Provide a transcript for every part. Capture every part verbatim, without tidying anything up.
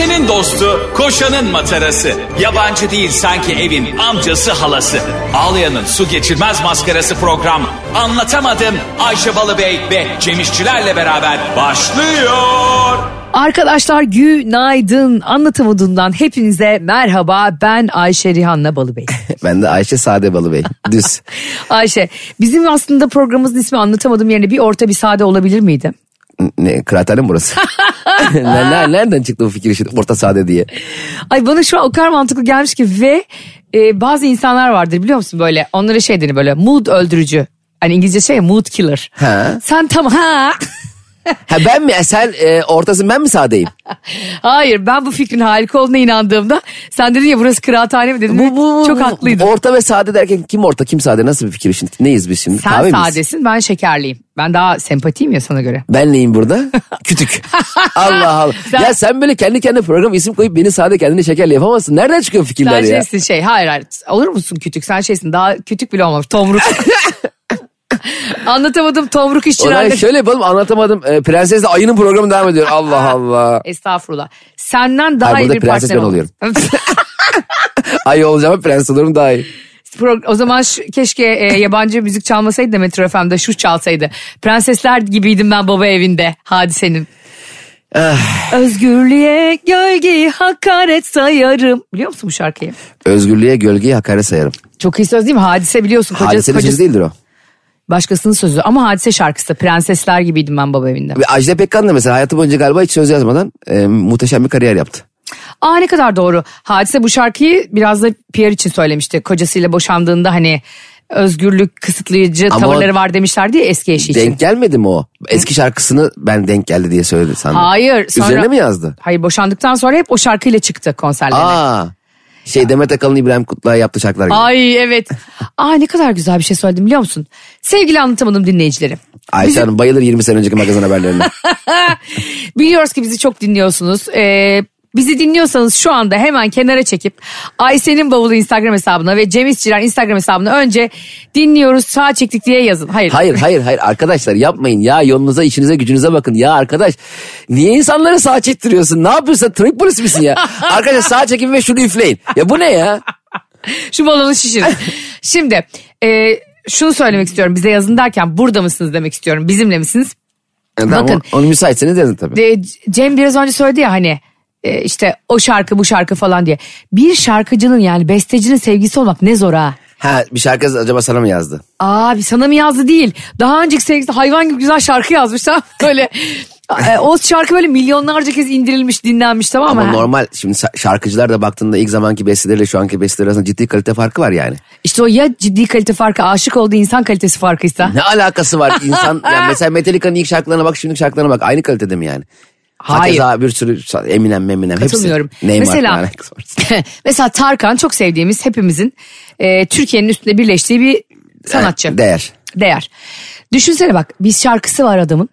Ayşe'nin dostu, koşanın matarası. Yabancı değil sanki evin amcası halası. Ağlayan'ın su geçirmez maskarası program. Anlatamadım Ayşe Balıbey ve Cemişçilerle beraber başlıyor. Arkadaşlar günaydın. Anlatamadığımdan hepinize merhaba. Ben Ayşe Rihanna Balıbey. Ben de Ayşe Sade Balıbey. Düz. Ayşe, bizim aslında programımızın ismi Anlatamadım yerine bir orta bir sade olabilir miydi? Ne, kıraathane mi burası? Nereden çıktı bu fikir işte orta sade diye? Ay bana şu an o kadar mantıklı gelmiş ki ve e, bazı insanlar vardır biliyor musun böyle onlara şey denir böyle mood öldürücü. Hani İngilizce şey ya, mood killer. Ha. Sen tam ha. Ha ben mi? Sen e, ortasın, ben mi sadeyim? Hayır, ben bu fikrin harika olduğuna inandığımda sen dedin ya burası kıraathane mi dedin. Bu, bu, çok haklıydın. Orta ve sade derken kim orta kim sade, nasıl bir fikir şimdi? Neyiz biz şimdi? Sen Kahve sadesin miyiz? Ben şekerliyim. Ben daha sempatiyim ya sana göre. Ben neyim burada? Kütük. Allah Allah. Sen... Ya sen böyle kendi kendine program isim koyup beni sade kendini şekerli yapamazsın. Nereden çıkıyor fikirler sen ya? Sen şeysin şey hayır hayır. Olur musun kütük? Sen şeysin daha kütük bile olmamış. Tomruk. Anlatamadım tomruk işçilerle. Şöyle yapalım, anlatamadım. E, Prensesle Ayı'nın programı devam ediyor. Allah Allah. Estağfurullah. Senden daha Ay, iyi bir prenses partner ben oluyorum. Ayı olacağım, prenses olurum daha iyi. O zaman şu, keşke e, yabancı müzik çalmasaydı da Metro F M'de şu çalsaydı. Prensesler gibiydim ben baba evinde Hadise'nin. Özgürlüğe gölgeyi hakaret sayarım. Biliyor musun bu şarkıyı? Özgürlüğe gölgeyi hakaret sayarım. Çok iyi söz değil mi? Hadise biliyorsun. Kocası, Hadise'nin kocası... sözü değildir o. Başkasının sözü ama Hadise şarkısı. Prensesler gibiydim ben baba evinde. Ve Ajda Pekkan da mesela hayatı boyunca galiba hiç söz yazmadan e, muhteşem bir kariyer yaptı. Aa ne kadar doğru. Hadise bu şarkıyı biraz da P R için söylemişti. Kocasıyla boşandığında hani özgürlük kısıtlayıcı ama tavırları var demişlerdi ya eski eşi için. Denk gelmedi mi o? Eski şarkısını ben denk geldi diye söyledi sandım. Hayır. Sonra, üzerine mi yazdı? Hayır, boşandıktan sonra hep o şarkıyla çıktı konserlerine. Aa. Şey Demet Akalın, İbrahim Kutluay yaptı şarkılar gibi. Ay evet. Aa ne kadar güzel bir şey söyledim biliyor musun? Sevgili Anlatamadım dinleyicilerim. Ayşe Hanım bayılır yirmi sene önceki magazin haberlerine. Biliyoruz ki bizi çok dinliyorsunuz. Ee, bizi dinliyorsanız şu anda hemen kenara çekip Ayşe'nin bavulu Instagram hesabına ve Cem İşçiler Instagram hesabına önce dinliyoruz sağ çektik diye yazın. Hayır. Hayır hayır hayır arkadaşlar yapmayın ya, yolunuza işinize gücünüze bakın ya arkadaş. Niye insanları sağ çektiriyorsun? Ne yapıyorsun? Trafik polisi misin ya? Arkadaşlar sağ çekin ve şunu üfleyin. Ya bu ne ya? Şu balonu şişirin. Şimdi e, şunu söylemek istiyorum, bize yazın derken burada mısınız demek istiyorum, bizimle misiniz? Yani bakın. Onu, onu müsaitseniz yazın tabii. De, Cem biraz önce söyledi ya hani. Ee, işte o şarkı bu şarkı falan diye. Bir şarkıcının yani bestecinin sevgisi olmak ne zor ha. Ha bir şarkı acaba sana mı yazdı? Abi sana mı yazdı değil. Daha önceki sevgisi hayvan gibi güzel şarkı yazmış tamam böyle. e, o şarkı böyle milyonlarca kez indirilmiş dinlenmiş tamam mı? Ama normal şimdi şarkıcılar da baktığında ilk zamanki besteleriyle şu anki besteler arasında ciddi kalite farkı var yani. İşte o ya ciddi kalite farkı aşık olduğu insan kalitesi farkıysa. Ne alakası var insan yani mesela Metallica'nın ilk şarkılarına bak şimdiki şarkılarına bak aynı kalitede mi yani? Hayır. Hakeza bir sürü Eminem, Eminem hepsi. Katılmıyorum. Mesela, mesela Tarkan çok sevdiğimiz hepimizin e, Türkiye'nin üstünde birleştiği bir sanatçı. Evet, değer. Değer. Düşünsene bak bir şarkısı var adamın.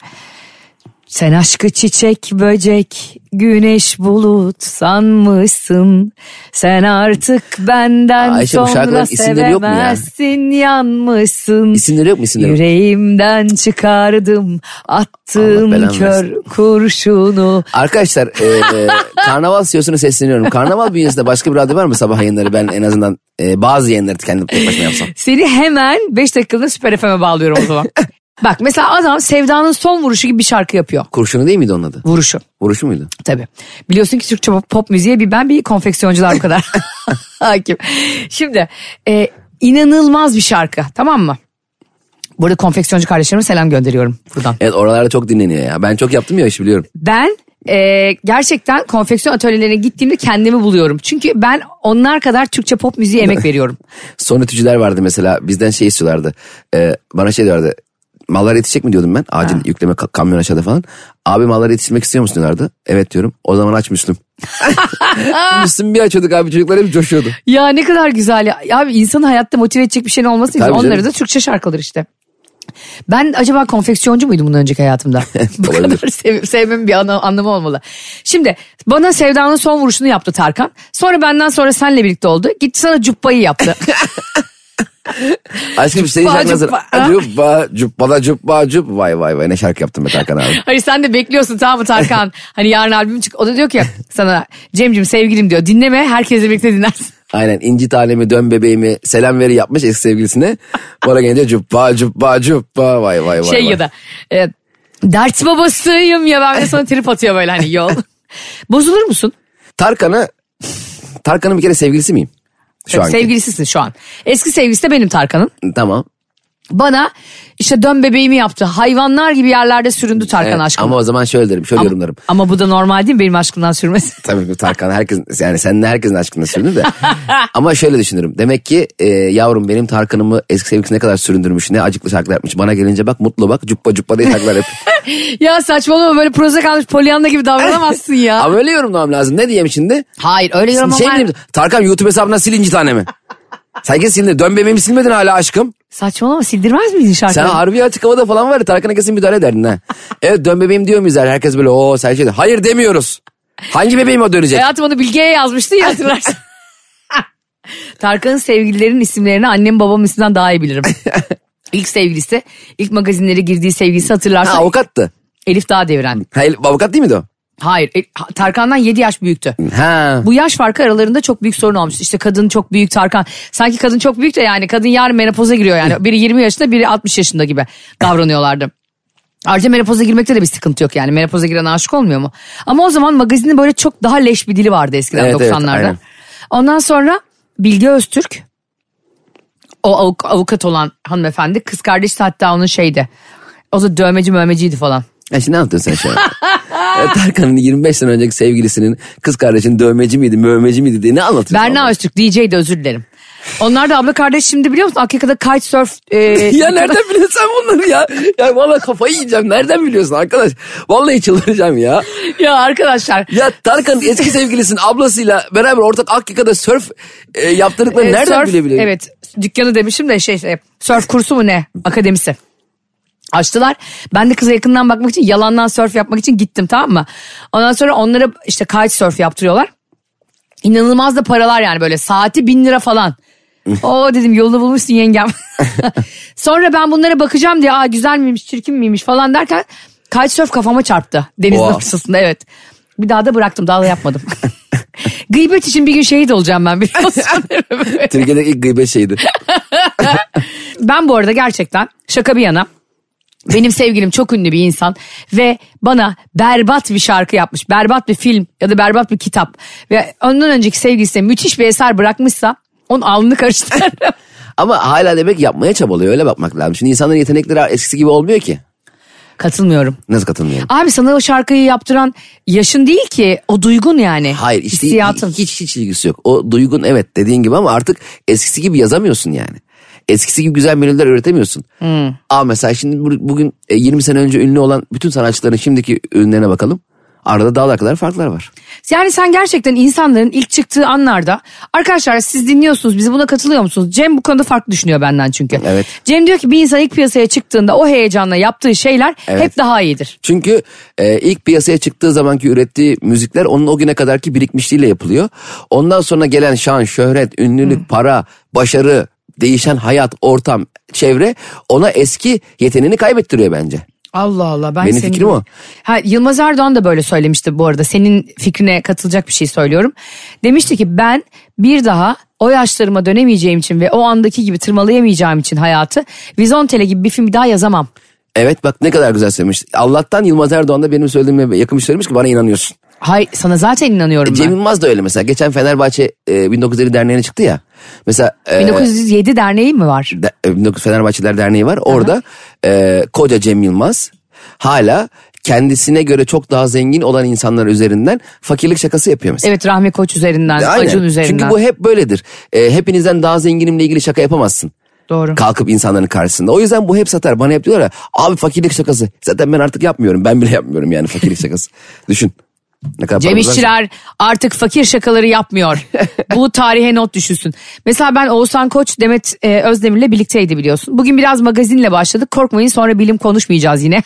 Sen aşkı çiçek böcek güneş bulut sanmışsın. Sen artık benden Ayşe, sonra sevemezsin yanmışsın. İsimleri yok mu isimleri? Yüreğimden çıkardım attığım kör kurşunu. Arkadaşlar e, Karnaval C E O'suna sesleniyorum. Karnaval bünyesinde başka bir radyo var mı sabah yayınları? Ben en azından e, bazı yayınları kendim tek başıma yapsam. Seni hemen beş dakikada Süper F M'e bağlıyorum o zaman. Bak mesela adam Sevda'nın son vuruşu gibi bir şarkı yapıyor. Kurşunu değil miydi onun adı? Vuruşu. Vuruşu muydu? Tabii. Biliyorsun ki Türkçe pop, pop müziğe bir ben bir konfeksiyoncular bu kadar hakim. Şimdi e, inanılmaz bir şarkı tamam mı? Bu arada konfeksiyoncu kardeşlerime selam gönderiyorum buradan. Evet oralarda çok dinleniyor ya. Ben çok yaptım ya işi biliyorum. Ben e, gerçekten konfeksiyon atölyelerine gittiğimde kendimi buluyorum. Çünkü ben onlar kadar Türkçe pop müziğe emek veriyorum. Son ütücüler vardı mesela bizden şey istiyorlardı. Ee, bana şey diyorlardı. Mallar yetişecek mi diyordum ben. Acil ha. yükleme kamyon aşağıda falan. Abi mallar yetiştirmek istiyor musun diyorlardı. Evet diyorum. O zaman aç Müslüm. Müslüm bir açıyorduk abi, çocuklar hep coşuyordu. Ya ne kadar güzel ya. Abi insanı hayatta motive edecek bir şey olması için onları canım. Da Türkçe şarkılar işte. Ben acaba konfeksiyoncu muydum bundan önceki hayatımda? Bu kadar sev, sevmemin bir anı, anlamı olmalı. Şimdi bana Sevda'nın son vuruşunu yaptı Tarkan. Sonra benden sonra senle birlikte oldu. Gitti sana cupbayı yaptı. Aşkım senin şarkın hazır. Cuppa cuppa cuppa cup. Vay vay vay ne şarkı yaptın be Tarkan abi. Hayır sen de bekliyorsun tamam mı Tarkan? Hani yarın albüm çık. O da diyor ki sana Cem'cim sevgilim diyor. Dinleme herkesle birlikte dinlersin. Aynen inci tanemi dön bebeğimi selam veri yapmış eski sevgilisine. Bana gelince cuppa cuppa cuppa vay vay vay. Şey vay. ya da e, dert babasıyım ya ben de sana trip atıyor böyle hani yol. Bozulur musun? Tarkan'a Tarkan'ın bir kere sevgilisi miyim? Şu an. Sevgilisisin şu an. Eski sevgilisi de benim Tarkan'ın. Tamam. Bana işte dön bebeğimi yaptı. Hayvanlar gibi yerlerde süründü Tarkan Evet, aşkım. ama o zaman şöyle derim, şöyle ama, yorumlarım. Ama bu da normal değil mi benim aşkımdan sürmesi? Tabii ki Tarkan herkes yani sen de herkesin aşkına sürünür de. Ama şöyle düşünürüm. Demek ki e, yavrum benim Tarkan'ımı eski sevgilisi ne kadar süründürmüş, ne acıklı şarkılar yapmış. Bana gelince bak mutlu bak cuppa cuppa diye şarkılar yap. Ya saçmalama böyle proze kalmış Pollyanna gibi davranamazsın ya. Ama öyle yorumlamam lazım. Ne diyeyim şimdi? Hayır öyle yorumlamam. Şey diyeyim, Tarkan YouTube hesabına sil inci tanemi. Sanki sildin. Dön bebeğimi silmedin hala aşkım. Saçmalama sildirmez miydin şarkıyı? Sen harbi açık havada falan var ya Tarkan'a kesin müdahale ederdin ha. Evet dön bebeğim diyor muyuz? Herkes böyle o sen şey de. Hayır demiyoruz. Hangi bebeğim o dönecek? Hayatım onu Bilge'ye yazmıştı ya hatırlarsın. Tarkan'ın sevgililerinin isimlerini annem babamın isminden daha iyi bilirim. İlk sevgilisi, ilk magazinlere girdiği sevgilisi hatırlarsan. Ha avukattı. Elif Dağdeviren. Ha, avukat değil miydi o? Hayır Tarkan'dan yedi yaş büyüktü. Ha. Bu yaş farkı aralarında çok büyük sorun olmuş. İşte kadın çok büyük Tarkan. Sanki kadın çok büyük de yani kadın yarın menopoza giriyor yani. Biri yirmi yaşında biri altmış yaşında gibi davranıyorlardı. Ayrıca menopoza girmekte de bir sıkıntı yok yani. Menopoza giren aşık olmuyor mu? Ama o zaman magazinin böyle çok daha leş bir dili vardı eskiden evet, doksanlarda. Evet, ondan sonra Bilge Öztürk o avuk, avukat olan hanımefendi kız kardeşi hatta onun şeydi. O da dövmeci mövmeciydi falan. Ya şimdi ne anlatıyorsun sen şu an? Tarkan'ın yirmi beş sene önceki sevgilisinin kız kardeşinin dövmeci miydi, mövmeci miydi diye ne anlatıyorsun? Berna Öztürk D J'di özür dilerim. Onlar da abla kardeş şimdi biliyor musun? Akika'da kitesurf. E, ya nereden biliyorsun sen bunları ya? Ya vallahi kafayı yiyeceğim. Nereden biliyorsun arkadaş? Vallahi çıldıracağım ya. Ya arkadaşlar. Ya Tarkan'ın eski sevgilisinin ablasıyla beraber ortak Akika'da surf e, yaptırdıkları e, nereden surf, bilebiliyor? Evet dükkanı demişim de şey surf kursu mu ne? Akademisi. Açtılar. Ben de kıza yakından bakmak için yalandan surf yapmak için gittim tamam mı? Ondan sonra onlara işte kitesurf yaptırıyorlar. İnanılmaz da paralar yani böyle saati bin lira falan. Oo dedim yolunu bulmuşsun yengem. Sonra ben bunlara bakacağım diye aa güzel miymiş çirkin miymiş falan derken kitesurf kafama çarptı. Denizin wow. ortasında evet. Bir daha da bıraktım daha da yapmadım. Gıybet için bir gün şehit olacağım ben biliyorsun. Türkiye'de ilk gıybet şeydi. Ben bu arada gerçekten şaka bir yana. Benim sevgilim çok ünlü bir insan ve bana berbat bir şarkı yapmış, berbat bir film ya da berbat bir kitap ve ondan önceki sevgilisine müthiş bir eser bırakmışsa onun alnını karıştırırım. Ama hala demek yapmaya çabalıyor öyle bakmak lazım. Şimdi insanların yetenekleri eskisi gibi olmuyor ki. Katılmıyorum. Nasıl katılmıyorum? Abi sana o şarkıyı yaptıran yaşın değil ki o duygun yani. Hayır işte hissiyatın. Hiç hiç ilgisi yok. O duygun evet dediğin gibi ama artık eskisi gibi yazamıyorsun yani. Eskisi gibi güzel melodiler üretemiyorsun. Hmm. Ama mesela şimdi bugün yirmi sene önce ünlü olan bütün sanatçıların şimdiki ürünlerine bakalım. Arada dağlar kadar farklar var. Yani sen gerçekten insanların ilk çıktığı anlarda arkadaşlar siz dinliyorsunuz bizi buna katılıyor musunuz? Cem bu konuda farklı düşünüyor benden çünkü. Evet. Cem diyor ki bir insan ilk piyasaya çıktığında o heyecanla yaptığı şeyler evet. hep daha iyidir. Çünkü e, ilk piyasaya çıktığı zamanki ürettiği müzikler onun o güne kadarki birikmişliğiyle yapılıyor. Ondan sonra gelen şan, şöhret, ünlülük, hmm. para, başarı, değişen hayat, ortam, çevre ona eski yeteneğini kaybettiriyor bence. Allah Allah. Ben Benim fikrim o. Ha, Yılmaz Erdoğan da böyle söylemişti bu arada. Senin fikrine katılacak bir şey söylüyorum. Demişti ki ben bir daha o yaşlarıma dönemeyeceğim için ve o andaki gibi tırmalayamayacağım için hayatı Vizontele gibi bir film bir daha yazamam. Evet bak ne kadar güzel söylemiş. Allah'tan Yılmaz Erdoğan da benim söylediğime yakın söylemiş ki bana inanıyorsun. Hayır sana zaten inanıyorum e, ben. Cem Yılmaz da öyle mesela. Geçen Fenerbahçe e, bin dokuz yüz elli Derneği'ne çıktı ya. Mesela e, bin dokuz yüz yedi Derneği mi var? De, bin dokuz yüz Fenerbahçeliler Derneği var. Orada e, koca Cem Yılmaz hala kendisine göre çok daha zengin olan insanlar üzerinden fakirlik şakası yapıyor mesela. Evet Rahmi Koç üzerinden, aynen. Acun üzerinden. Çünkü bu hep böyledir. E, hepinizden daha zenginimle ilgili şaka yapamazsın. Doğru. Kalkıp insanların karşısında. O yüzden bu hep satar. Bana hep diyorlar ya abi fakirlik şakası. Zaten ben artık yapmıyorum. Ben bile yapmıyorum yani fakirlik şakası. Düşün. Cem İşçiler artık fakir şakaları yapmıyor. Bu tarihe not düşülsün. Mesela ben Oğuzhan Koç, Demet e, Özdemir'le birlikteydi biliyorsun. Bugün biraz magazinle başladık. Korkmayın sonra bilim konuşmayacağız yine.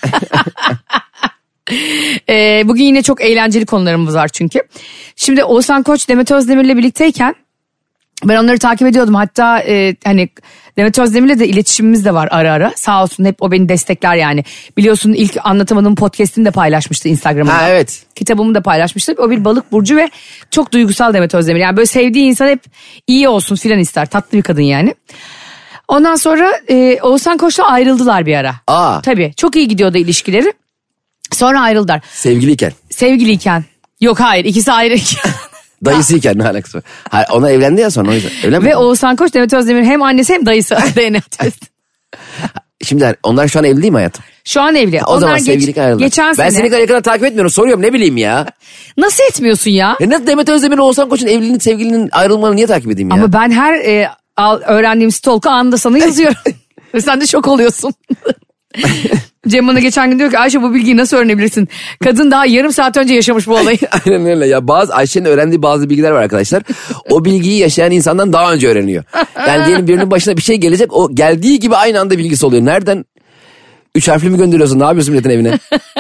e, bugün yine çok eğlenceli konularımız var çünkü. Şimdi Oğuzhan Koç, Demet Özdemir'le birlikteyken ben onları takip ediyordum. Hatta e, hani Demet Özdemir'le de iletişimimiz de var ara ara. Sağ olsun hep o beni destekler yani. Biliyorsun ilk anlatamadığım podcast'ini de paylaşmıştı Instagram'da. Ha evet. Kitabımı da paylaşmıştı. O bir balık burcu ve çok duygusal Demet Özdemir. Yani böyle sevdiği insan hep iyi olsun filan ister. Tatlı bir kadın yani. Ondan sonra e, Oğuzhan Koç'la ayrıldılar bir ara. Aa. Tabii çok iyi gidiyordu ilişkileri. Sonra ayrıldılar. Sevgiliyken. Sevgiliyken. Yok hayır ikisi ayrıyken. Dayısıyken ne alakası var? Hayır, ona evlendi ya sonra o yüzden. Evlenmedi. Ve Oğuzhan Koç Demet Özdemir hem annesi hem dayısı D N A testi. Şimdi onlar şu an evli değil mi hayatım? Şu an evli. O Onlar zaman geç, sevgililik ayrıldı. Geçen ben sene. seni kadar yakından takip etmiyorum, soruyorum ne bileyim ya. Nasıl etmiyorsun ya? Ya nasıl Demet Özdemir'le Oğuzhan Koç'un evliliğinin sevgilinin ayrılmalarını niye takip edeyim ya? Ama ben her e, al, öğrendiğim stalk'u anında sana yazıyorum. Ve sen de şok oluyorsun. Cem bana geçen gün diyor ki Ayşe bu bilgiyi nasıl öğrenebilirsin? Kadın daha yarım saat önce yaşamış bu olayı. Aynen öyle ya, bazı Ayşe'nin öğrendiği bazı bilgiler var arkadaşlar. O bilgiyi yaşayan insandan daha önce öğreniyor. Yani diyelim birinin başına bir şey gelecek, o geldiği gibi aynı anda bilgisi oluyor. Nereden? Üç harfli mi gönderiyorsun? Ne yapıyorsun milletin evine?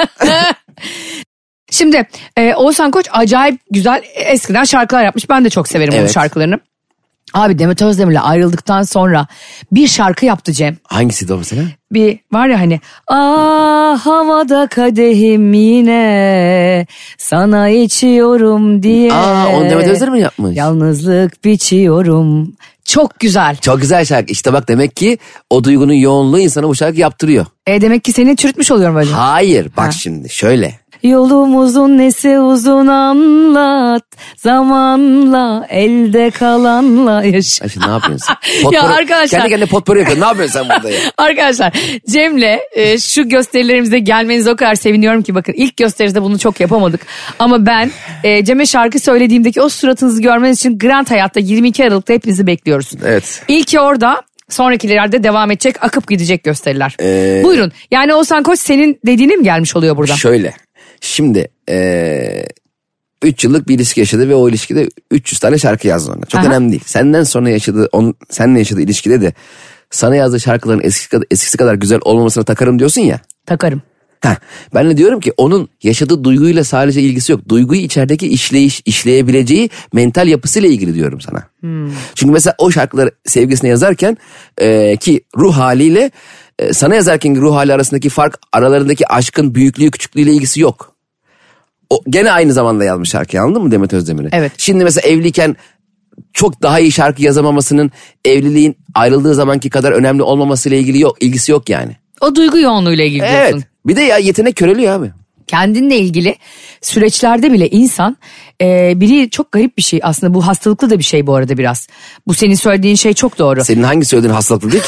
Şimdi e, Oğuzhan Koç acayip güzel eskiden şarkılar yapmış. Ben de çok severim evet. onun şarkılarını. Abi Demet Özdemir'le ayrıldıktan sonra bir şarkı yaptı Cem. Hangisiydi o mesela? Bir var ya hani ah havada kadehim yine sana içiyorum diye. Aa onu Demet Özdemir mi yapmış? Yalnızlık biçiyorum. Çok güzel. Çok güzel şarkı. İşte bak demek ki o duygunun yoğunluğu insana bu şarkı yaptırıyor. E demek ki seni çürütmüş oluyorum böyle. Hayır bak Ha. şimdi şöyle. Yolumuzun nesi uzun anlat, zamanla elde kalanla yaşa. Ayşe ne yapıyorsun? Ya arkadaşlar. Kendi kendine potpourri yapıyorsun. Ne yapıyorsun sen burada ya? Arkadaşlar Cem'le e, şu gösterilerimize gelmenize o kadar seviniyorum ki bakın ilk gösteride bunu çok yapamadık. Ama ben e, Cem'e şarkı söylediğimdeki o suratınızı görmeniz için Grand Hayat'ta yirmi iki Aralık'ta hepinizi bekliyoruz. Evet. İlki orada. Sonrakilerde devam edecek, akıp gidecek gösteriler. Ee, Buyurun. Yani Oğuzhan Koç senin dediğine mi gelmiş oluyor burada? Şöyle. Şimdi ee, üç yıllık bir ilişki yaşadı ve o ilişkide üç yüz tane şarkı yazdı ona. Çok Aha. önemli değil. Senden sonra yaşadığı, on, seninle yaşadığı ilişkide de sana yazdığı şarkıların eskisi kadar, eskisi kadar güzel olmamasına takarım diyorsun ya. Takarım. Heh, ben de diyorum ki onun yaşadığı duyguyla sadece ilgisi yok. Duyguyu içerideki işleyiş, işleyebileceği mental yapısıyla ilgili diyorum sana. Hmm. Çünkü mesela o şarkıları sevgisine yazarken e, ki ruh haliyle e, sana yazarken ruh hali arasındaki fark, aralarındaki aşkın büyüklüğü küçüklüğüyle ilgisi yok. O gene aynı zamanda yazmış şarkıyı, anladın mı Demet Özdemir'i? Evet. Şimdi mesela evliyken çok daha iyi şarkı yazamamasının evliliğin ayrıldığı zamanki kadar önemli olmamasıyla ilgili yok, ilgisi yok yani. O duygu yoğunluğuyla ilgili diyorsun. Evet. Bir de ya yetenek köreliyor abi. Kendinle ilgili süreçlerde bile insan e, biri çok garip bir şey aslında, bu hastalıklı da bir şey bu arada biraz. Bu senin söylediğin şey çok doğru. Senin hangi söylediğin hastalıklı değil ki?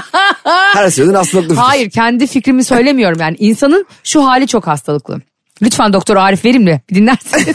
Her söylediğin hastalıklı. Hayır, kendi fikrimi söylemiyorum yani insanın şu hali çok hastalıklı. Lütfen Doktor Arif Verimli dinlersin.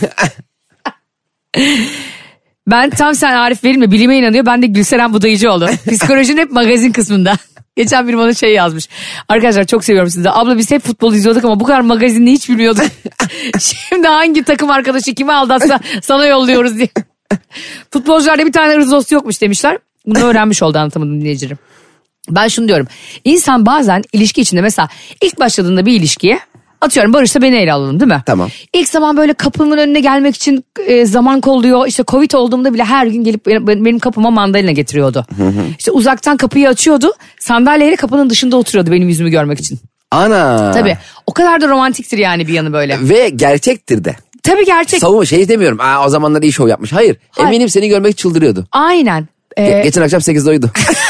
Ben tam sen Arif Verimli bilime inanıyor, ben de Gülseren Budayıcıoğlu. Psikolojinin hep magazin kısmında. Geçen biri bana şey yazmış. Arkadaşlar çok seviyorum sizi. Abla biz hep futbol izliyorduk ama bu kadar magazinini hiç bilmiyorduk. Şimdi hangi takım arkadaşı kimi aldatsa sana yolluyoruz diye. Futbolcularda bir tane ırz dostu yokmuş demişler. Bunu öğrenmiş oldu anlatamadım dinleyicilerim. Ben şunu diyorum. İnsan bazen ilişki içinde mesela ilk başladığında bir ilişkiye atıyorum Barış'ta beni ele alalım değil mi? Tamam. İlk zaman böyle kapımın önüne gelmek için e, zaman kolluyor. İşte Covid olduğumda bile her gün gelip benim, benim kapıma mandalina getiriyordu. Hı hı. İşte uzaktan kapıyı açıyordu. Sandalyeyle kapının dışında oturuyordu benim yüzümü görmek için. Ana. Tabii. O kadar da romantiktir yani bir yanı böyle. Ve gerçektir de. Tabii gerçek. Savunma şey demiyorum. Aa, o zamanlar iyi şov yapmış. Hayır. Hayır. Eminim seni görmek çıldırıyordu. Aynen. Ee, Ge- geçen akşam sekizde uyudu.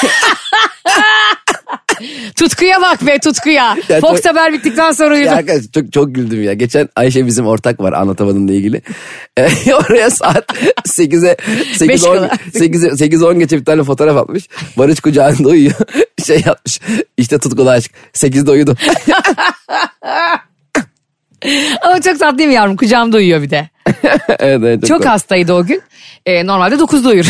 Tutkuya bak be tutkuya. Ya Fox çok- Haber bittikten sonra uyudu. Ya arkadaş çok çok güldüm ya. Geçen Ayşe bizim ortak var anlatamadığımla ilgili. Ee, oraya saat sekize sekiz on sekize sekiz on geçe bir tane fotoğraf atmış. Barış kucağında uyuyor. Şey yapmış. İşte tutkulu aşk. sekizde uyudu. Ama çok tatlı değil mi yavrum? Kucağımda uyuyor bir de. Evet, evet, Çok komik. hastaydı o gün. Ee, normalde dokuzda uyur.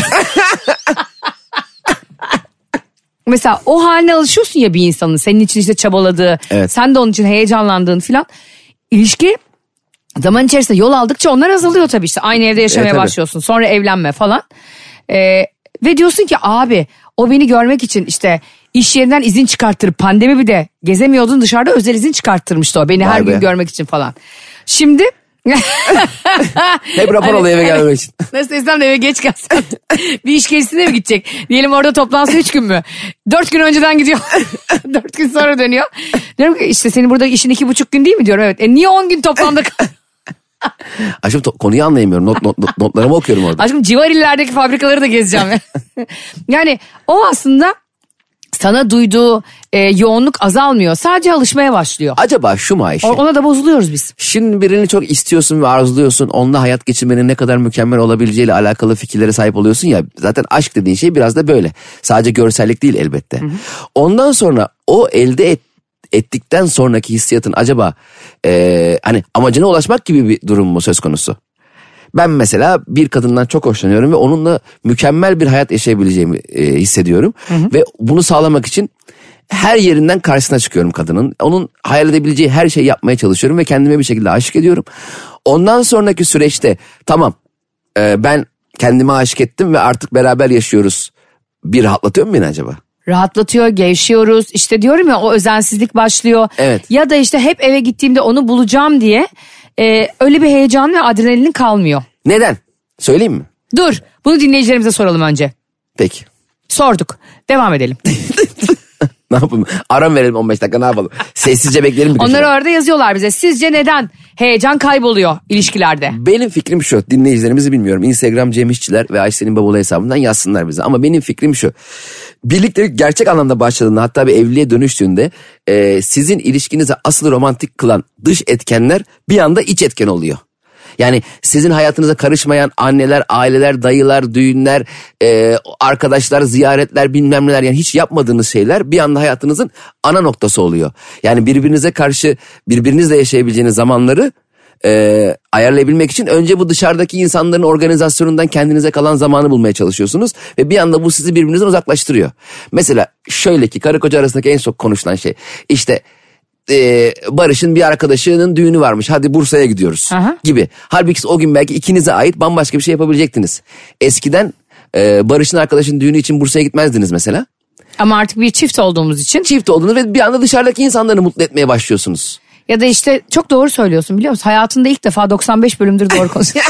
Mesela o haline alışıyorsun ya bir insanın. Senin için işte çabaladığı, Evet. sen de onun için heyecanlandığın filan. İlişki zaman içerisinde yol aldıkça onlar azalıyor tabii işte. Aynı evde yaşamaya Evet, tabii. başlıyorsun. Sonra evlenme falan. Ee, ve diyorsun ki abi o beni görmek için işte iş yerinden izin çıkarttırıp pandemi bir de gezemiyordun dışarıda özel izin çıkarttırmıştı o. Beni Vay her be. gün görmek için falan. Şimdi Hep rapor oluyor eve gelmemek için. Nasıl desem de eve geç kalsam. Bir iş gezisine mi gidecek? Diyelim orada toplansa üç gün mü? Dört gün önceden gidiyor. Dört gün sonra dönüyor. Diyorum ki işte senin burada işin iki buçuk gün değil mi diyorum. Evet. E niye on gün toplamda kal? Aşkım to- konuyu anlayamıyorum. Not, not, not, notlarımı okuyorum orada. Aşkım civar illerdeki fabrikaları da gezeceğim. Yani o aslında sana duyduğu e, yoğunluk azalmıyor. Sadece alışmaya başlıyor. Acaba şu mu Ayşe? Ona da bozuluyoruz biz. Şimdi birini çok istiyorsun ve arzuluyorsun. Onunla hayat geçirmenin ne kadar mükemmel olabileceğiyle alakalı fikirlere sahip oluyorsun ya. Zaten aşk dediğin şey biraz da böyle. Sadece görsellik değil elbette. Hı hı. Ondan sonra o elde et, ettikten sonraki hissiyatın acaba e, hani amacına ulaşmak gibi bir durum mu söz konusu? Ben mesela bir kadından çok hoşlanıyorum ve onunla mükemmel bir hayat yaşayabileceğimi e, hissediyorum. Hı hı. Ve bunu sağlamak için her yerinden karşısına çıkıyorum kadının. Onun hayal edebileceği her şeyi yapmaya çalışıyorum ve kendime bir şekilde aşık ediyorum. Ondan sonraki süreçte tamam e, ben kendime aşık ettim ve artık beraber yaşıyoruz. Bir rahatlatıyor mu beni acaba? Rahatlatıyor, gevşiyoruz. İşte diyorum ya o özensizlik başlıyor. Evet. Ya da işte hep eve gittiğimde onu bulacağım diye e, öyle bir heyecan ve adrenalin kalmıyor. Neden? Söyleyeyim mi? Dur, bunu dinleyicilerimize soralım önce. Peki. Sorduk. Devam edelim. Ne yapalım? Aram verelim on beş dakika ne yapalım? Sessizce bekleyelim bir Onlar orada yazıyorlar bize. Sizce neden heyecan kayboluyor ilişkilerde? Benim fikrim şu. Dinleyicilerimizi bilmiyorum. Instagram Cem İşçiler ve Ayşe'nin Babalı hesabından yazsınlar bize. Ama benim fikrim şu. Birliktelik gerçek anlamda başladığında hatta bir evliliğe dönüştüğünde e, sizin ilişkinizi asıl romantik kılan dış etkenler bir anda iç etken oluyor. Yani sizin hayatınıza karışmayan anneler, aileler, dayılar, düğünler, e, arkadaşlar, ziyaretler bilmem neler yani hiç yapmadığınız şeyler bir anda hayatınızın ana noktası oluyor. Yani birbirinize karşı birbirinizle yaşayabileceğiniz zamanları e, ayarlayabilmek için önce bu dışarıdaki insanların organizasyonundan kendinize kalan zamanı bulmaya çalışıyorsunuz. Ve bir anda bu sizi birbirinizden uzaklaştırıyor. Mesela şöyle ki karı koca arasındaki en çok konuşulan şey işte... Ee, Barış'ın bir arkadaşının düğünü varmış. Hadi Bursa'ya gidiyoruz. Aha. Gibi. Halbuki o gün belki ikinize ait bambaşka bir şey yapabilecektiniz. Eskiden e, Barış'ın arkadaşının düğünü için Bursa'ya gitmezdiniz mesela. Ama artık bir çift olduğumuz için. Çift oldunuz ve bir anda dışarıdaki insanları mutlu etmeye başlıyorsunuz. Ya da işte çok doğru söylüyorsun biliyor musun? Hayatında ilk defa doksan beş bölümdür doğru konuşuyorsun.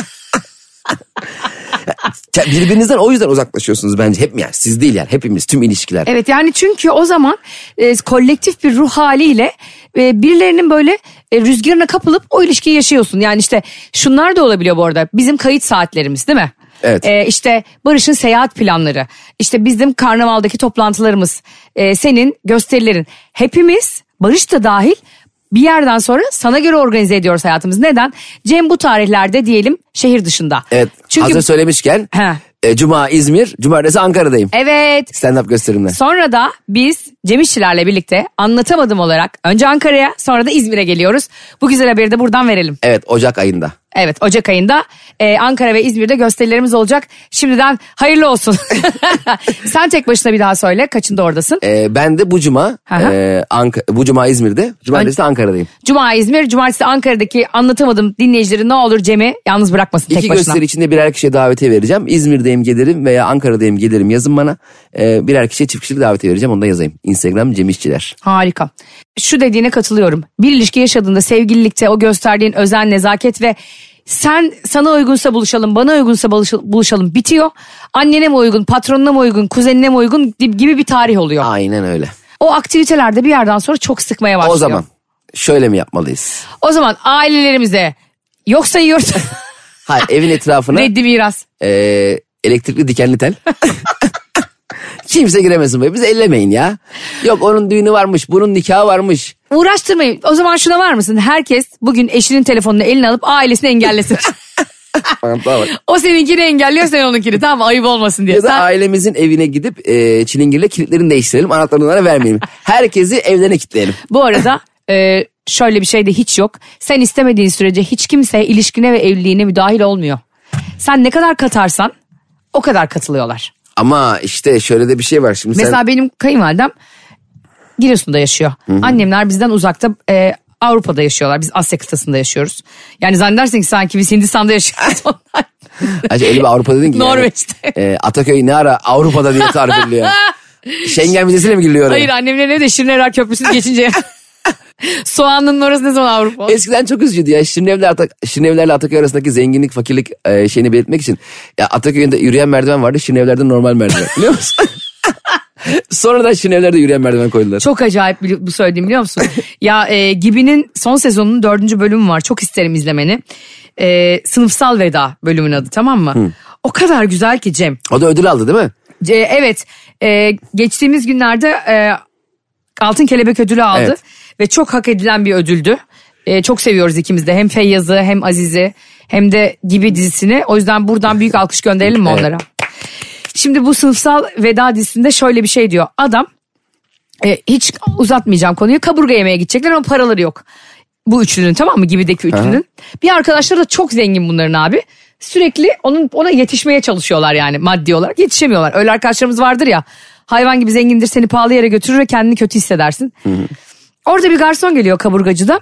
Birbirinizden o yüzden uzaklaşıyorsunuz bence. Hep mi yani? Siz değil yani. Hepimiz, tüm ilişkiler. Evet yani çünkü o zaman e, kolektif bir ruh haliyle e, birilerinin böyle e, rüzgarına kapılıp o ilişkiyi yaşıyorsun. Yani işte şunlar da olabiliyor bu arada. Bizim kayıt saatlerimiz değil mi? Evet. E, işte Barış'ın seyahat planları. İşte bizim karnavaldaki toplantılarımız. E, senin gösterilerin. Hepimiz, Barış da dahil... Bir yerden sonra sana göre organize ediyoruz hayatımızı. Neden? Cem bu tarihlerde diyelim şehir dışında. Evet. Çünkü... Hazır söylemişken e, Cuma İzmir, Cumartesi Ankara'dayım. Evet. Stand-up gösterimle. Sonra da biz Cem İşçilerle birlikte Anlatamadım olarak önce Ankara'ya sonra da İzmir'e geliyoruz. Bu güzel haberi de buradan verelim. Evet Ocak ayında. Evet Ocak ayında e, Ankara ve İzmir'de gösterilerimiz olacak. Şimdiden hayırlı olsun. Sen tek başına bir daha söyle kaçında oradasın? E, ben de bu cuma e, Ank- bu cuma İzmir'de, cumartesi de Ankara'dayım. Cuma İzmir, cumartesi Ankara'daki Anlatamadım dinleyicileri ne olur Cem'i yalnız bırakmasın tek İki başına. İki gösteri içinde birer kişiye davetiye vereceğim. İzmir'deyim gelirim veya Ankara'dayım gelirim yazın bana. E, birer kişiye çift kişilik davetiye vereceğim onu da yazayım. Instagram Cem İşçiler. Harika. Şu dediğine katılıyorum. Bir ilişki yaşadığında sevgililikte o gösterdiğin özen, nezaket ve sen sana uygunsa buluşalım, bana uygunsa buluşalım bitiyor. Annene mi uygun, patronuna mı uygun, kuzenine mi uygun gibi bir tarih oluyor. Aynen öyle. O aktivitelerde bir yerden sonra çok sıkmaya başlıyor. O zaman şöyle mi yapmalıyız? O zaman ailelerimize yok sayıyoruz. Hayır evin etrafına. Reddi miras. E, elektrikli dikenli tel. Kimse giremesin buraya. Bizi ellemeyin ya. Yok onun düğünü varmış, bunun nikahı varmış. Uğraştırmayın. O zaman şuna var mısın? Herkes bugün eşinin telefonunu eline alıp ailesini engellesin. O seninkini engelliyor, sen onunkini. Tamam ayıp olmasın diye. Ya da sen... ailemizin evine gidip e, çilingirle kilitlerini değiştirelim. Anahtarını onlara vermeyelim. Herkesi evlerine kilitleyelim. Bu arada e, şöyle bir şey de hiç yok. Sen istemediğin sürece hiç kimse ilişkine ve evliliğine müdahil olmuyor. Sen ne kadar katarsan o kadar katılıyorlar. Ama işte şöyle de bir şey var. Şimdi mesela sen... benim kayınvalidem Giresun'da yaşıyor. Hı-hı. Annemler bizden uzakta e, Avrupa'da yaşıyorlar. Biz Asya kıtasında yaşıyoruz. Yani zannedersin ki sanki biz Hindistan'da yaşıyoruz onlar. Acaba öyle bir Avrupa dedin ki. Norveç'te. Yani, e, Ataköy ne ara Avrupa'da diye tarif ediliyor. Schengen vizesiyle mi giriliyor oraya? Hayır annemlerin evi de Şirinevler Köprüsü'nü geçince. Soğanın orası ne zaman Avrupa oldu? Eskiden çok üzücüydü ya. Şirinevler Atak Şirinevlerle Ataköy arasındaki zenginlik, fakirlik e, şeyini belirtmek için. Ya Ataköy'ünde yürüyen merdiven vardı. Şirinevler'de normal merdiven. Biliyor musun? Sonradan Şirinevler'de yürüyen merdiven koydular. Çok acayip bu söylediğim, biliyor musun? Ya e, Gibi'nin son sezonunun dördüncü bölümü var. Çok isterim izlemeni. E, Sınıfsal Veda bölümün adı, tamam mı? Hı. O kadar güzel ki Cem. O da ödül aldı değil mi? E, evet. E, geçtiğimiz günlerde e, Altın Kelebek ödülü aldı. Evet. Ve çok hak edilen bir ödüldü. E, çok seviyoruz ikimiz de. Hem Feyyaz'ı hem Aziz'i hem de Gibi dizisini. O yüzden buradan büyük alkış gönderelim mi onlara? Evet. Şimdi bu Sınıfsal Veda dizisinde şöyle bir şey diyor. Adam, e, hiç uzatmayacağım konuyu, kaburga yemeye gidecekler ama paraları yok. Bu üçlünün, tamam mı? Gibideki üçlünün. Aha. Bir arkadaşları da çok zengin bunların abi. Sürekli onun ona yetişmeye çalışıyorlar yani, maddi olarak yetişemiyorlar. Öyle arkadaşlarımız vardır ya, hayvan gibi zengindir, seni pahalı yere götürür ve kendini kötü hissedersin. Hı hı. Orada bir garson geliyor kaburgacıda.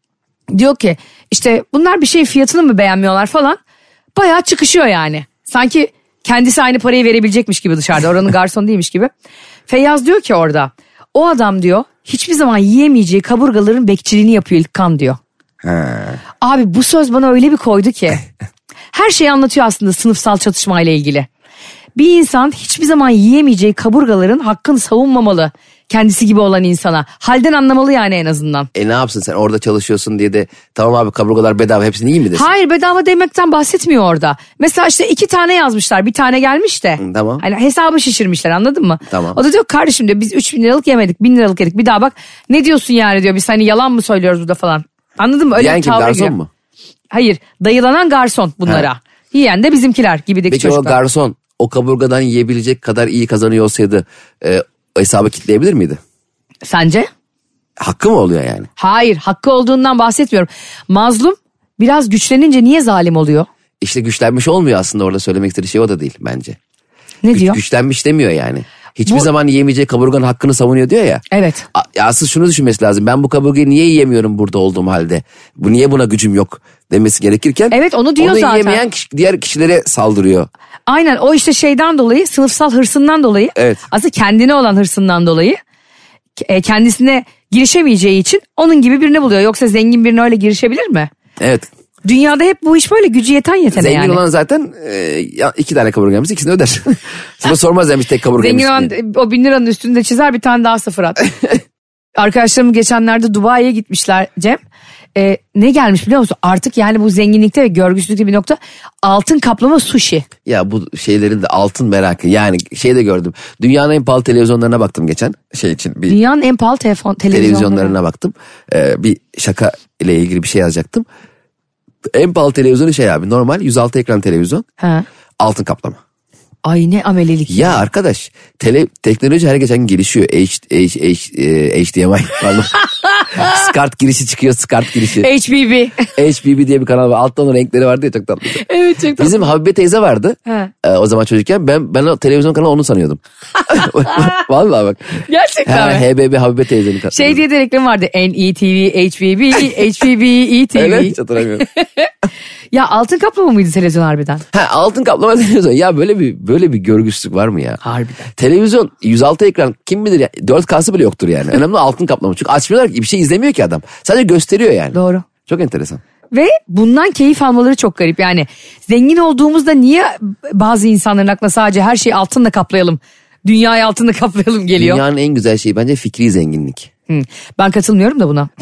Diyor ki işte bunlar bir şeyin fiyatını mı beğenmiyorlar falan. Bayağı çıkışıyor yani. Sanki kendisi aynı parayı verebilecekmiş gibi dışarıda. Oranın garsonu değilmiş gibi. Feyyaz diyor ki orada, o adam diyor hiçbir zaman yiyemeyeceği kaburgaların bekçiliğini yapıyor İlkan diyor. Ha. Abi bu söz bana öyle bir koydu ki. Her şeyi anlatıyor aslında sınıfsal çatışmayla ilgili. Bir insan hiçbir zaman yiyemeyeceği kaburgaların hakkını savunmamalı. Kendisi gibi olan insana. Halden anlamalı yani en azından. E ne yapsın sen orada çalışıyorsun diye de tamam abi kaburgalar bedava hepsini iyi mi desin? Hayır, bedava demekten bahsetmiyor orada. Mesela işte iki tane yazmışlar, bir tane gelmiş de. Hı, tamam. Hani hesabı şişirmişler, anladın mı? Tamam. O da diyor kardeşim diyor biz üç bin liralık yemedik, bin liralık yedik, bir daha bak. Ne diyorsun yani diyor, biz hani yalan mı söylüyoruz burada falan. Anladın mı? Öyle yani bir tavra garson giriyor. mu? Hayır, dayılanan garson bunlara. Ha. Yiyen de bizimkiler gibideki Peki çocuklar. Peki o garson o kaburgadan yiyebilecek kadar iyi kazanıyor olsaydı e, hesabı kitleyebilir miydi? Sence? Hakkı mı oluyor yani? Hayır, hakkı olduğundan bahsetmiyorum. Mazlum biraz güçlenince niye zalim oluyor? İşte güçlenmiş olmuyor aslında, orada söylemek istediği şey o da değil bence. Ne Güç, diyor? Güçlenmiş demiyor yani. Hiçbir bu... zaman yiyemeyeceği kaburganın hakkını savunuyor diyor ya. Evet. A, asıl şunu düşünmesi lazım. Ben bu kaburgayı niye yiyemiyorum burada olduğum halde? Bu niye buna gücüm yok demesi gerekirken. Evet, onu diyor onu zaten. Onu yiyemeyen kişi, diğer kişilere saldırıyor. Aynen, o işte şeyden dolayı, sınıfsal hırsından dolayı. Evet. Aslında kendine olan hırsından dolayı. Kendisine girişemeyeceği için onun gibi birini buluyor. Yoksa zengin birine öyle girişebilir mi? Evet. Dünyada hep bu iş böyle, gücü yeten yetene zengin yani. Zengin olan zaten e, iki tane kaburgamız, ikisini öder. Sonra sormaz demiş tek kaburgamız. Zengin olan o bin liranın üstünde çizer, bir tane daha sıfır at. Arkadaşlarım geçenlerde Dubai'ye gitmişler Cem. Ee, ne gelmiş biliyor musun? Artık yani bu zenginlikte ve görgüsüzlükte bir nokta, altın kaplama sushi. Ya bu şeylerin de altın merakı. Yani şey de gördüm. Dünyanın en pahalı televizyonlarına baktım geçen şey için. Bir Dünyanın en pahalı telefon, televizyonlarına. televizyonlarına baktım. Ee, bir şaka ile ilgili bir şey yazacaktım. En pahalı televizyonu şey abi, normal yüz altı ekran televizyon. Ha. Altın kaplama. Ay ne amelelik. Ya, ya. Arkadaş tele, teknoloji her geçen gün gelişiyor. H, H, H, H D M I pardon. SCART girişi çıkıyor, SCART girişi. H B B. H B B diye bir kanal var. Altta onun renkleri vardı ya, çok tatlı. Evet, çok tatlı. Bizim Habibe teyze vardı. Ee, o zaman çocukken ben ben o televizyon kanalı onu sanıyordum. Vallahi bak. Gerçekten ha, mi? H B B Habibe teyzenin kanalı. Şey diye de reklam vardı. N E T V, H B B, H B B, E T V. Evet, hiç hatırlamıyorum. Ya altın kaplama mıydı televizyon harbiden? Ha, altın kaplama televizyon. Ya böyle bir böyle bir görgüsüzlük var mı ya? Harbiden. Televizyon yüz altı ekran, kim bilir ya, dört K'sı bile yoktur yani. Önemli altın kaplama. Çünkü açmıyorlar ki, bir şey izlemiyor ki adam. Sadece gösteriyor yani. Doğru. Çok enteresan. Ve bundan keyif almaları çok garip. Yani zengin olduğumuzda niye bazı insanların aklına sadece her şeyi altınla kaplayalım, dünyayı altınla kaplayalım geliyor? Dünyanın en güzel şeyi bence fikri zenginlik. Hmm. Ben katılmıyorum da buna.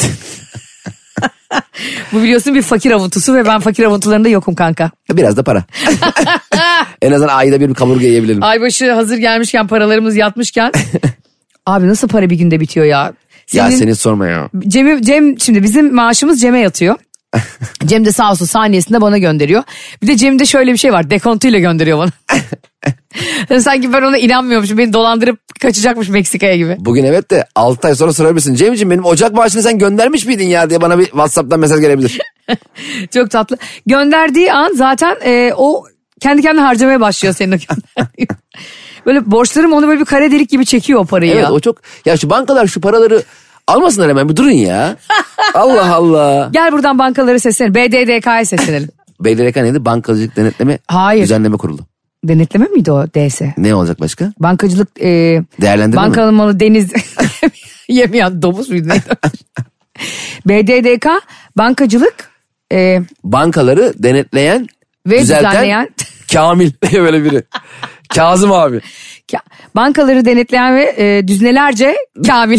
Bu biliyorsun bir fakir avuntusu ve ben fakir avuntularında yokum kanka. Biraz da para. En azından ayda bir kaburga yiyebilelim. Aybaşı hazır gelmişken, paralarımız yatmışken. Abi nasıl para bir günde bitiyor ya? Senin, ya seni sorma ya. Cem, Cem şimdi bizim maaşımız Cem'e yatıyor. Cem de sağ olsun saniyesinde bana gönderiyor. Bir de Cem'de şöyle bir şey var, dekontuyla gönderiyor bana. Sanki ben ona inanmıyormuşum, beni dolandırıp kaçacakmış Meksika'ya gibi. Bugün evet de altı ay sonra sorabilirsin. Cemciğim benim Ocak maaşını sen göndermiş miydin ya diye bana bir WhatsApp'tan mesaj gelebilir. Çok tatlı. Gönderdiği an zaten e, o kendi kendine harcamaya başlıyor senin o gönderdiğin. Böyle borçlarım onu böyle bir kare delik gibi çekiyor o parayı. Evet ya. o çok, ya şu bankalar şu paraları almasınlar hemen, bir durun ya. Allah Allah. Gel buradan bankaları seslenelim. B D D K'ya seslenelim. B D D K neydi? Bankacılık Denetleme Hayır. Düzenleme Kurulu. Denetleme miydi o D S? Ne olacak başka? Bankacılık e, değerlendirme bankalı mi? malı deniz yemeyen domuz muydu neydi? B D D K bankacılık. E, Bankaları denetleyen ve düzelten düzenleyen. Kamil böyle biri. Kazım abi. Bankaları denetleyen ve e, düznelerce Kamil.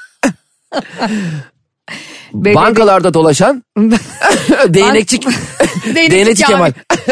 Bankalarda dolaşan değnekçik değnekçi Kemal.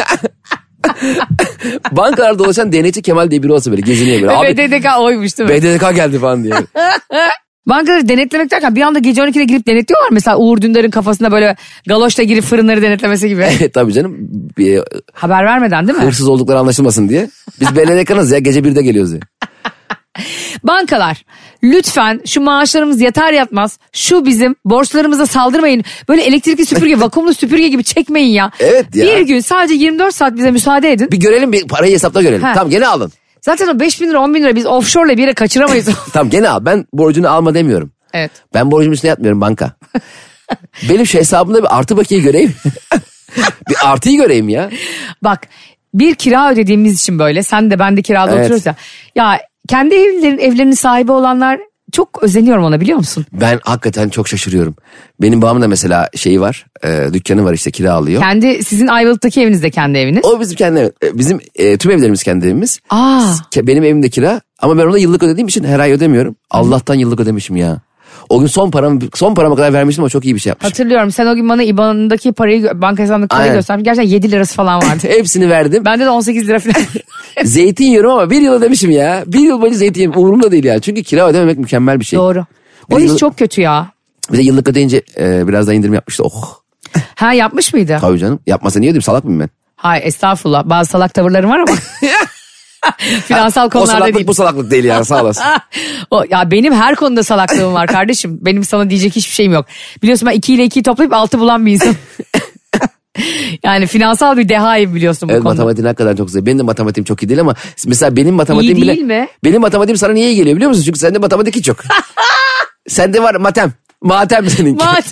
Bankalarda dolaşan değnekçi Kemal diye biri olsa böyle geziniyor böyle. Abi, B D D K oymuş değil mi? B D D K geldi falan diye. Bankaları denetlemek derken bir anda gece on ikide girip denetliyorlar. Mesela Uğur Dündar'ın kafasına böyle galoşla girip fırınları denetlemesi gibi. Tabii canım. Bir, haber vermeden değil mi? Hırsız oldukları anlaşılmasın diye. Biz B D D K'nız ya, gece birde geliyoruz ya. Bankalar lütfen şu maaşlarımız yatar yatmaz şu bizim borçlarımıza saldırmayın. Böyle elektrikli süpürge vakumlu süpürge gibi çekmeyin ya. Evet ya. Bir gün sadece yirmi dört saat bize müsaade edin. Bir görelim, bir parayı hesapla görelim. Ha. Tamam gene alın. Zaten o beş bin lira on bin lira biz offshore'la bir yere kaçıramayız. Tamam gene al, ben borcunu alma demiyorum. Evet. Ben borcumun üstüne yatmıyorum banka. Benim şu hesabımda bir artı bakiye göreyim. Bir artıyı göreyim ya. Bak bir kira ödediğimiz için böyle sen de ben de kirada Evet. oturuyoruz ya. Ya kendi evlerin, evlerinin sahibi olanlar çok özeniyorum ona, biliyor musun? Ben hakikaten çok şaşırıyorum. Benim babamın da mesela şeyi var, e, dükkanı var işte, kira alıyor. Kendi sizin Ayvalık'taki eviniz de kendi eviniz. O bizim kendi ev- bizim e, tüm evlerimiz kendi evimiz. Aa. Ke- Benim evimde kira ama ben ona yıllık ödediğim için her ay ödemiyorum. Allah'tan yıllık ödemişim ya. O gün son param son parama kadar vermiştim ama çok iyi bir şey yapmışım. Hatırlıyorum sen o gün bana İ B A N'ındaki parayı, banka hesabındaki parayı Aynen. göstermiş. Gerçekten yedi lirası falan vardı. Hepsini verdim. Bende de on sekiz lira falan. Zeytin yiyorum ama bir yıl ödemişim ya. Bir yıl boyunca zeytin yiyorum. Umurumda değil ya. Çünkü kira ödememek mükemmel bir şey. Doğru. O Bir de iş yıl- çok kötü ya. Bir de yıllık ödeyince e, biraz daha indirim yapmıştı. Oh. Ha yapmış mıydı? Tabii canım. Yapmasa niye ödeyeyim, salak mıyım ben? Hayır estağfurullah. Bazı salak tavırlarım var ama. Finansal O konularda salaklık değil. bu salaklık değil yani, sağ olasın. O, ya benim her konuda salaklığım var kardeşim. Benim sana diyecek hiçbir şeyim yok. Biliyorsun ben iki ile ikiyi toplayıp altı bulan bir insan. Yani finansal bir dehayım biliyorsun bu Evet, konuda. matematiğin hakikaten çok zayıf. Benim de matematiğim çok iyi değil ama mesela benim matematiğim İyi bile... değil mi? Benim matematiğim sana niye iyi geliyor biliyor musun? Çünkü sende matematik hiç yok. Sende var matem. Matem seninki. Mat.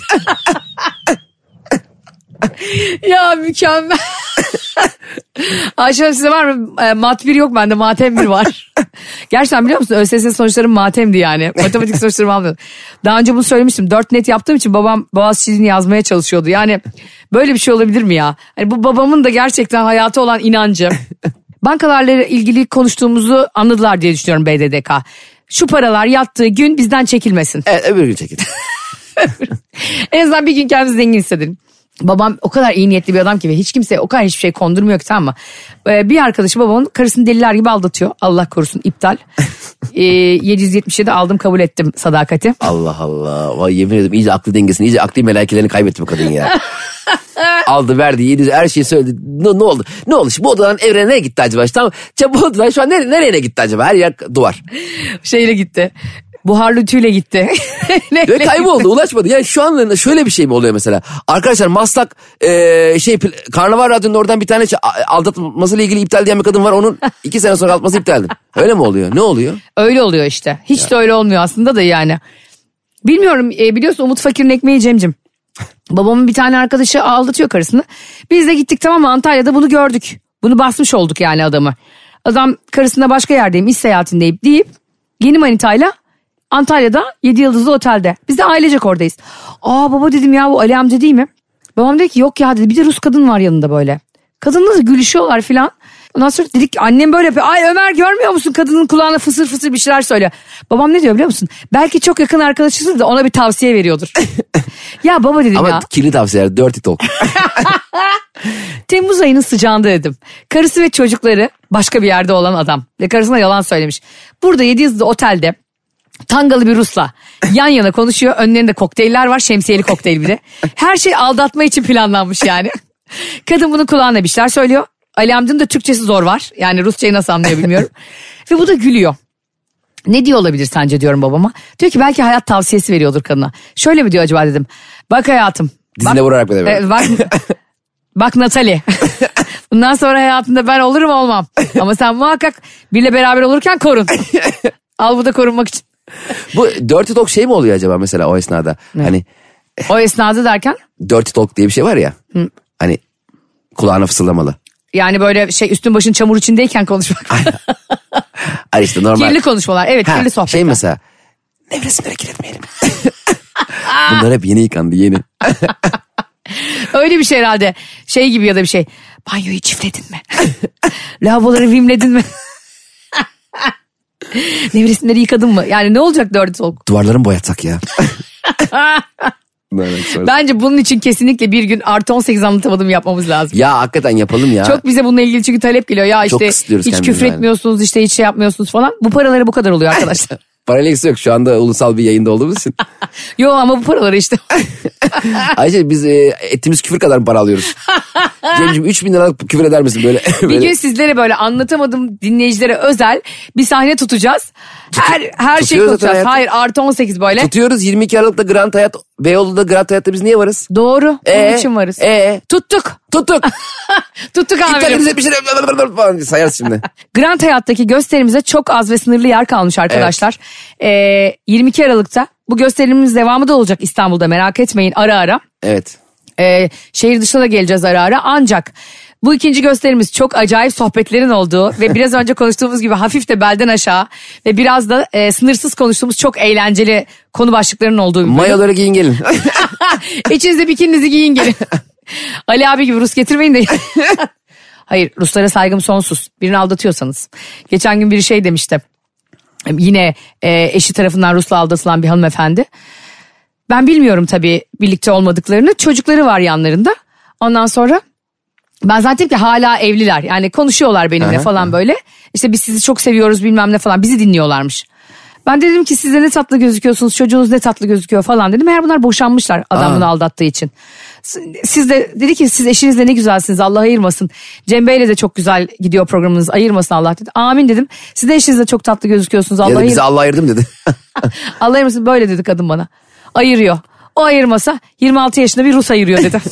Ya mükemmel. Ayşe size var mı? E, mat bir yok bende, matem bir var. Gerçekten biliyor musun? Ö S S sonuçlarım matemdi yani. Matematik sonuçlarımı almıyordum. Daha önce bunu söylemiştim. Dört net yaptığım için babam Boğaziçi'ni yazmaya çalışıyordu. Yani böyle bir şey olabilir mi ya? Hani bu babamın da gerçekten hayata olan inancı. Bankalarla ilgili konuştuğumuzu anladılar diye düşünüyorum B D D K. Şu paralar yattığı gün bizden çekilmesin. Evet, öbür gün çekin. En azından bir gün kendimizi zengin hissedelim. Babam o kadar iyi niyetli bir adam ki ve hiç kimseye o kadar hiçbir şey kondurmuyor ki, tamam mı? Ee, bir arkadaşı babamın karısını deliler gibi aldatıyor. Allah korusun, iptal. ee, yedi yüz yetmiş yedi aldım, kabul ettim sadakati. Allah Allah. Vay, yemin ederim iyice aklı dengesini, iyice akli melekelerini kaybetti bu kadın ya. Aldı verdi yedi yüz, her şeyi söyledi. Ne, ne oldu? Ne oldu? Şimdi bu odadan evrene nereye gitti acaba? Tamam. Bu odadan şu an nereye, nereye gitti acaba? Her yer duvar. Şeyle gitti. Buharlı ütüyle gitti. Ve kayboldu, ulaşmadı. Yani şu an şöyle bir şey mi oluyor mesela? Arkadaşlar Maslak e, şey Karnaval Radyo'nun oradan bir tane şey, aldatmasıyla ilgili iptal diyen bir kadın var. Onun iki sene sonra aldatması iptaldi. Öyle mi oluyor? Ne oluyor? Öyle oluyor işte. Hiç ya. de öyle olmuyor aslında da yani. Bilmiyorum, e, biliyorsun Umut Fakir'in ekmeği Cemcim. Babamın bir tane arkadaşı aldatıyor karısını. Biz de gittik, tamam mı, Antalya'da bunu gördük. Bunu basmış olduk yani adamı. Adam karısına başka yerdeyim, iş seyahatindeyim deyip yeni manitayla Antalya'da yedi yıldızlı otelde. Biz de ailecek oradayız. Aa baba dedim ya, bu Ali amca değil mi? Babam dedi ki yok ya dedi, bir de Rus kadın var yanında böyle. Kadınla da gülüşüyorlar filan. Ondan sonra dedik ki annem böyle yapıyor. Ay Ömer görmüyor musun, kadının kulağına fısır fısır bir şeyler söylüyor. Babam ne diyor biliyor musun? Belki çok yakın arkadaşısın da ona bir tavsiye veriyordur. Ya baba dedim Ama ya. Ama kirli tavsiyeler, dirty talk. Temmuz ayının sıcağında dedim. Karısı ve çocukları başka bir yerde olan adam. Ve karısına yalan söylemiş. Burada yedi yıldızlı otelde tangalı bir Rus'la yan yana konuşuyor. Önlerinde kokteyller var, şemsiyeli kokteyl bir de. Her şey aldatma için planlanmış yani. Kadın bunun kulağına bir şeyler söylüyor. Ali amcanın da Türkçesi zor var. Yani Rusçayı nasıl anlıyor bilmiyorum. Ve bu da gülüyor. Ne diyor olabilir sence diyorum babama. Diyor ki belki hayat tavsiyesi veriyordur kadına. Şöyle mi diyor acaba dedim. Bak hayatım. Dizine bak, vurarak böyle. E, bak, bak Natali. Bundan sonra hayatında ben olurum olmam. Ama sen muhakkak biriyle beraber olurken korun. Al bu da korunmak için. Bu dirty talk şey mi oluyor acaba mesela o esnada? Ne? Hani o esnada derken? Dirty talk diye bir şey var ya. Hı. Hani kulağına fısıldamalı. Yani böyle şey üstün başın çamur içindeyken konuşmak. Ay işte normal. Kirli konuşmalar, evet, ha, kirli sohbetler. Şey mesela, nevresimleri kirletmeyelim. Bunlar hep yeni yıkandı yeni. Öyle bir şey herhalde. Şey gibi ya da bir şey. Banyoyu çiftledin mi? Lavaboları vimledin mi? Nevresimleri yıkadın mı? Yani ne olacak dört soğuk? Duvarları mı boyatsak ya? Bence bunun için kesinlikle bir gün artı on sekiz anlatamadım yapmamız lazım. Ya hakikaten yapalım ya. Çok bize bununla ilgili çünkü talep geliyor. Ya işte hiç küfür yani. etmiyorsunuz, işte hiç şey yapmıyorsunuz falan. Bu paraları bu kadar oluyor arkadaşlar. Paraleks yok şu anda ulusal bir yayında olduğumuz için. Yo ama bu paraları işte. Ayşe biz e, ettiğimiz küfür kadar mı para alıyoruz? Cemciğim üç bin liralık küfür eder misin böyle? Bir böyle... gün sizlere böyle anlatamadım dinleyicilere özel bir sahne tutacağız. Her her şeyi konuşacağız. Hayır artı on sekiz böyle. Tutuyoruz yirmi iki Aralık'ta Grand Hayat, Beyoğlu'da Grand Hayat'ta biz niye varız? Doğru. Ee, onun için varız. Ee, Tuttuk. Tuttuk. Tuttuk amirim. İptalimiz etmişler falan sayarız şimdi. Grand Hayat'taki gösterimize çok az ve sınırlı yer kalmış arkadaşlar. Evet. Ee, yirmi iki Aralık'ta bu gösterimimiz devamı da olacak İstanbul'da, merak etmeyin, ara ara. Evet. Ee, şehir dışına da geleceğiz ara ara, ancak bu ikinci gösterimiz çok acayip sohbetlerin olduğu ve biraz önce konuştuğumuz gibi hafif de belden aşağı ve biraz da e, sınırsız konuştuğumuz çok eğlenceli konu başlıklarının olduğu bir bölüm. Mayoları giyin gelin. İçinizde bikininizi giyin gelin. Ali abi gibi Rus getirmeyin de. Hayır, Ruslara saygım sonsuz. Birini aldatıyorsanız. Geçen gün biri şey demişti. Yine e, eşi tarafından Rus'la aldatılan bir hanımefendi. Ben bilmiyorum tabii birlikte olmadıklarını. Çocukları var yanlarında. Ondan sonra ben zaten ki hala evliler. Yani konuşuyorlar benimle aha, falan aha. böyle. İşte biz sizi çok seviyoruz bilmem ne falan. Bizi dinliyorlarmış. Ben dedim ki siz de ne tatlı gözüküyorsunuz, çocuğunuz ne tatlı gözüküyor falan dedim. Eğer bunlar boşanmışlar adam bunu aldattığı için. Siz de dedi ki siz eşinizle ne güzelsiniz, Allah ayırmasın. Cem Bey'le de çok güzel gidiyor programınız, ayırmasın Allah dedi. Amin dedim. Siz de eşinizle çok tatlı gözüküyorsunuz, Allah ayırmasın. Ya da bizi Allah ayırdım dedi. Allah ayırmasın, böyle dedi kadın bana. Ayırıyor. O ayırmasa yirmi altı yaşında bir Rus ayırıyor dedi.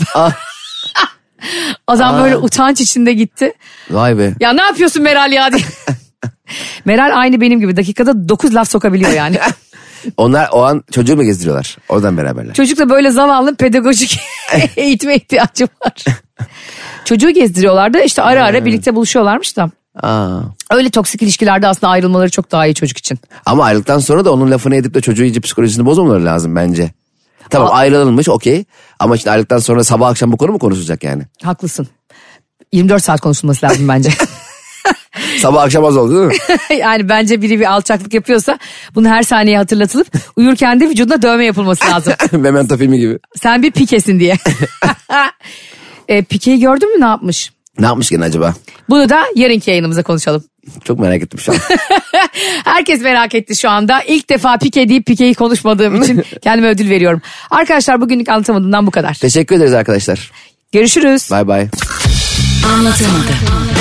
O zaman Aa. böyle utanç içinde gitti. Vay be. Ya ne yapıyorsun Meral ya diye. Meral aynı benim gibi dakikada dokuz laf sokabiliyor yani. Onlar o an çocuğu mu gezdiriyorlar? Oradan beraberler. Çocuk da böyle zavallı pedagojik eğitime ihtiyacı var. Çocuğu gezdiriyorlar da işte ara ara birlikte buluşuyorlarmış da. Aa. Öyle toksik ilişkilerde aslında ayrılmaları çok daha iyi çocuk için. Ama ayrıldıktan sonra da onun lafını edip de çocuğu iyice psikolojisini bozmamaları lazım bence. Tamam Aa. ayrılmış okey. Ama işte ayrıldıktan sonra sabah akşam bu konu mu konuşulacak yani? Haklısın. yirmi dört saat konuşulması lazım bence. Sabah akşam az oldu değil mi? Yani bence biri bir alçaklık yapıyorsa bunu her saniye hatırlatılıp uyurken de vücuduna dövme yapılması lazım. Memento filmi gibi. Sen bir pikesin diye. e, Pike'yi gördün mü ne yapmış? Ne yapmış gene acaba? Bunu da yarınki yayınımıza konuşalım. Çok merak ettim şu an. Herkes merak etti şu anda. İlk defa Pike deyip Pike'yi konuşmadığım için kendime ödül veriyorum. Arkadaşlar bugünlük Anlatamadığımdan bu kadar. Teşekkür ederiz arkadaşlar. Görüşürüz. Bay bay. Anlatamadım.